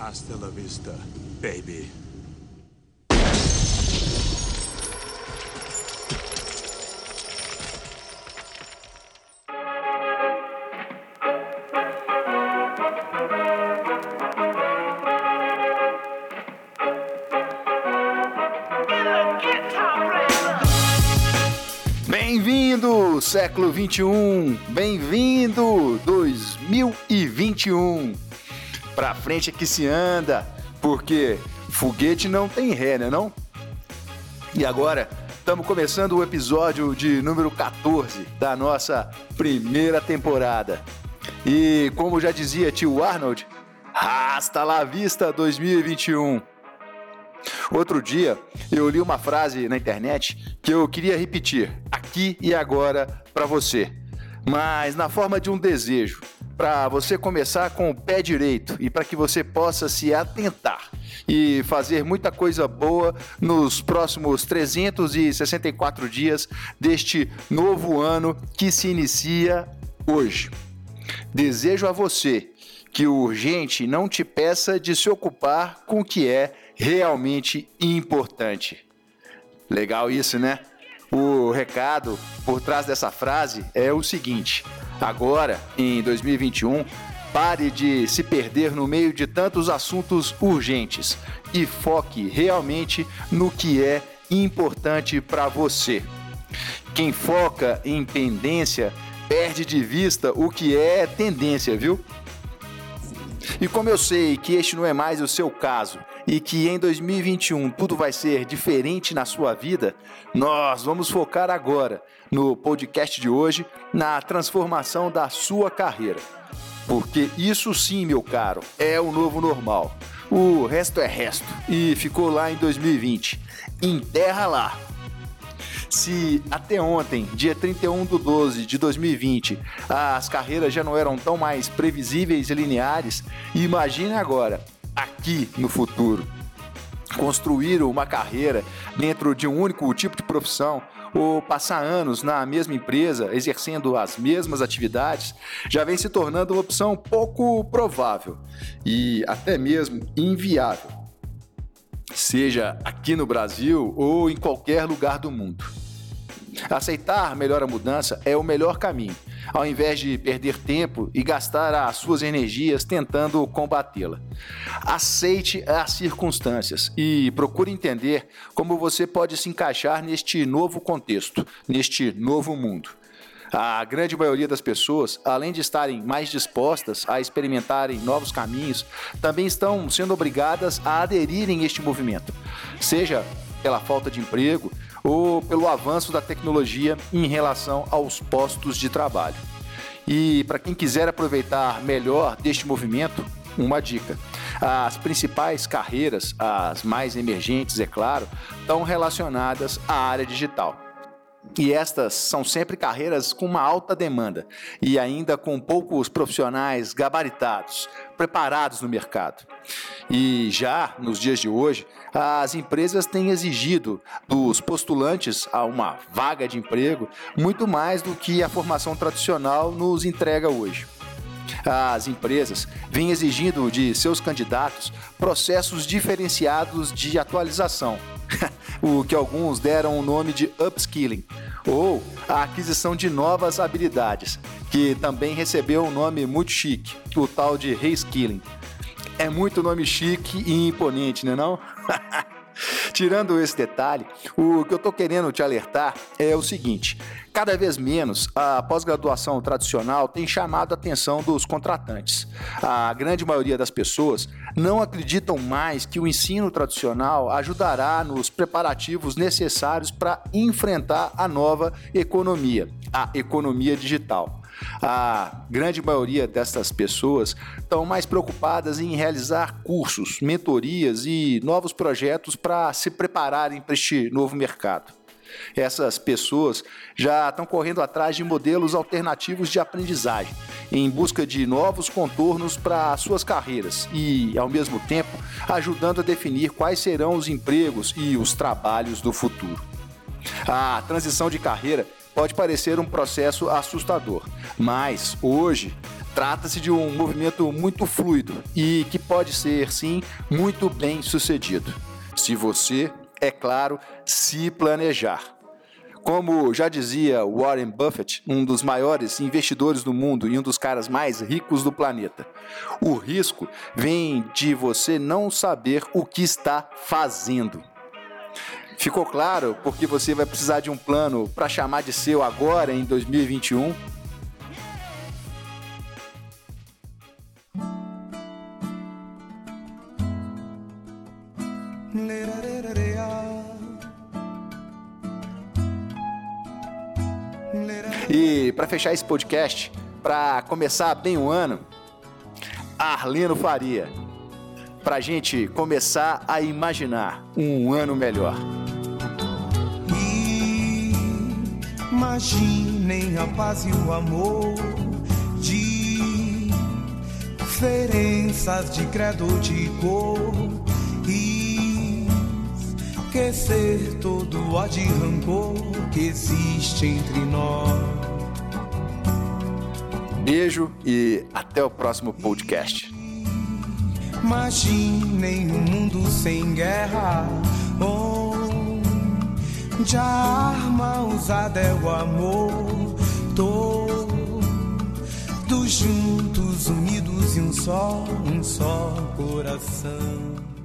Hasta la vista, baby. Bem-vindo, século 21! Bem-vindo, 2021! Pra frente é que se anda, porque foguete não tem ré, né não? E agora, estamos começando o episódio de número 14 da nossa primeira temporada. E como já dizia tio Arnold, hasta la vista 2021! Outro dia, eu li uma frase na internet que eu queria repetir aqui e agora para você, mas na forma de um desejo, para você começar com o pé direito e para que você possa se atentar e fazer muita coisa boa nos próximos 364 dias deste novo ano que se inicia hoje. Desejo a você que o urgente não te peça de se ocupar com o que é realmente importante. Legal isso, né? O recado por trás dessa frase é o seguinte: agora, em 2021, pare de se perder no meio de tantos assuntos urgentes e foque realmente no que é importante para você. Quem foca em pendência perde de vista o que é tendência, viu? E como eu sei que este não é mais o seu caso e que em 2021 tudo vai ser diferente na sua vida, nós vamos focar agora no podcast de hoje na transformação da sua carreira. Porque isso sim, meu caro, é o novo normal. O resto é resto e ficou lá em 2020. Enterra lá. Se até ontem, dia 31/12 de 2020, as carreiras já não eram tão mais previsíveis e lineares, imagine agora, aqui no futuro. Construir uma carreira dentro de um único tipo de profissão ou passar anos na mesma empresa, exercendo as mesmas atividades, já vem se tornando uma opção pouco provável e até mesmo inviável, seja aqui no Brasil ou em qualquer lugar do mundo. Aceitar melhor a mudança é o melhor caminho, ao invés de perder tempo e gastar as suas energias tentando combatê-la. Aceite as circunstâncias e procure entender como você pode se encaixar neste novo contexto, neste novo mundo. A grande maioria das pessoas, além de estarem mais dispostas a experimentarem novos caminhos, também estão sendo obrigadas a aderirem a este movimento, seja pela falta de emprego ou pelo avanço da tecnologia em relação aos postos de trabalho. E para quem quiser aproveitar melhor deste movimento, uma dica: as principais carreiras, as mais emergentes, é claro, estão relacionadas à área digital. E estas são sempre carreiras com uma alta demanda e ainda com poucos profissionais gabaritados, preparados no mercado. E já nos dias de hoje, as empresas têm exigido dos postulantes a uma vaga de emprego muito mais do que a formação tradicional nos entrega hoje. As empresas vêm exigindo de seus candidatos processos diferenciados de atualização, o que alguns deram o nome de upskilling, ou a aquisição de novas habilidades, que também recebeu um nome muito chique, o tal de reskilling. É muito nome chique e imponente, né não? Tirando esse detalhe, o que eu estou querendo te alertar é o seguinte: cada vez menos a pós-graduação tradicional tem chamado a atenção dos contratantes. A grande maioria das pessoas não acreditam mais que o ensino tradicional ajudará nos preparativos necessários para enfrentar a nova economia, a economia digital. A grande maioria dessas pessoas estão mais preocupadas em realizar cursos, mentorias e novos projetos para se prepararem para este novo mercado. Essas pessoas já estão correndo atrás de modelos alternativos de aprendizagem, em busca de novos contornos para suas carreiras e, ao mesmo tempo, ajudando a definir quais serão os empregos e os trabalhos do futuro. A transição de carreira pode parecer um processo assustador, mas hoje Trata-se de um movimento muito fluido e que pode ser, sim, muito bem sucedido. Se você, é claro, se planejar. Como já dizia Warren Buffett, um dos maiores investidores do mundo e um dos caras mais ricos do planeta, o risco vem de você não saber o que está fazendo. Ficou claro porque você vai precisar de um plano para chamar de seu agora em 2021? E para fechar esse podcast, para começar bem o ano, Arlindo Faria, para a gente começar a imaginar um ano melhor. Imaginem a paz e o amor, diferenças de credo, de cor, esquecer todo o ódio e rancor que existe entre nós. Beijo e até o próximo podcast. Imaginem um mundo sem guerra, onde a arma usada é o amor. Todos juntos, unidos em um só coração.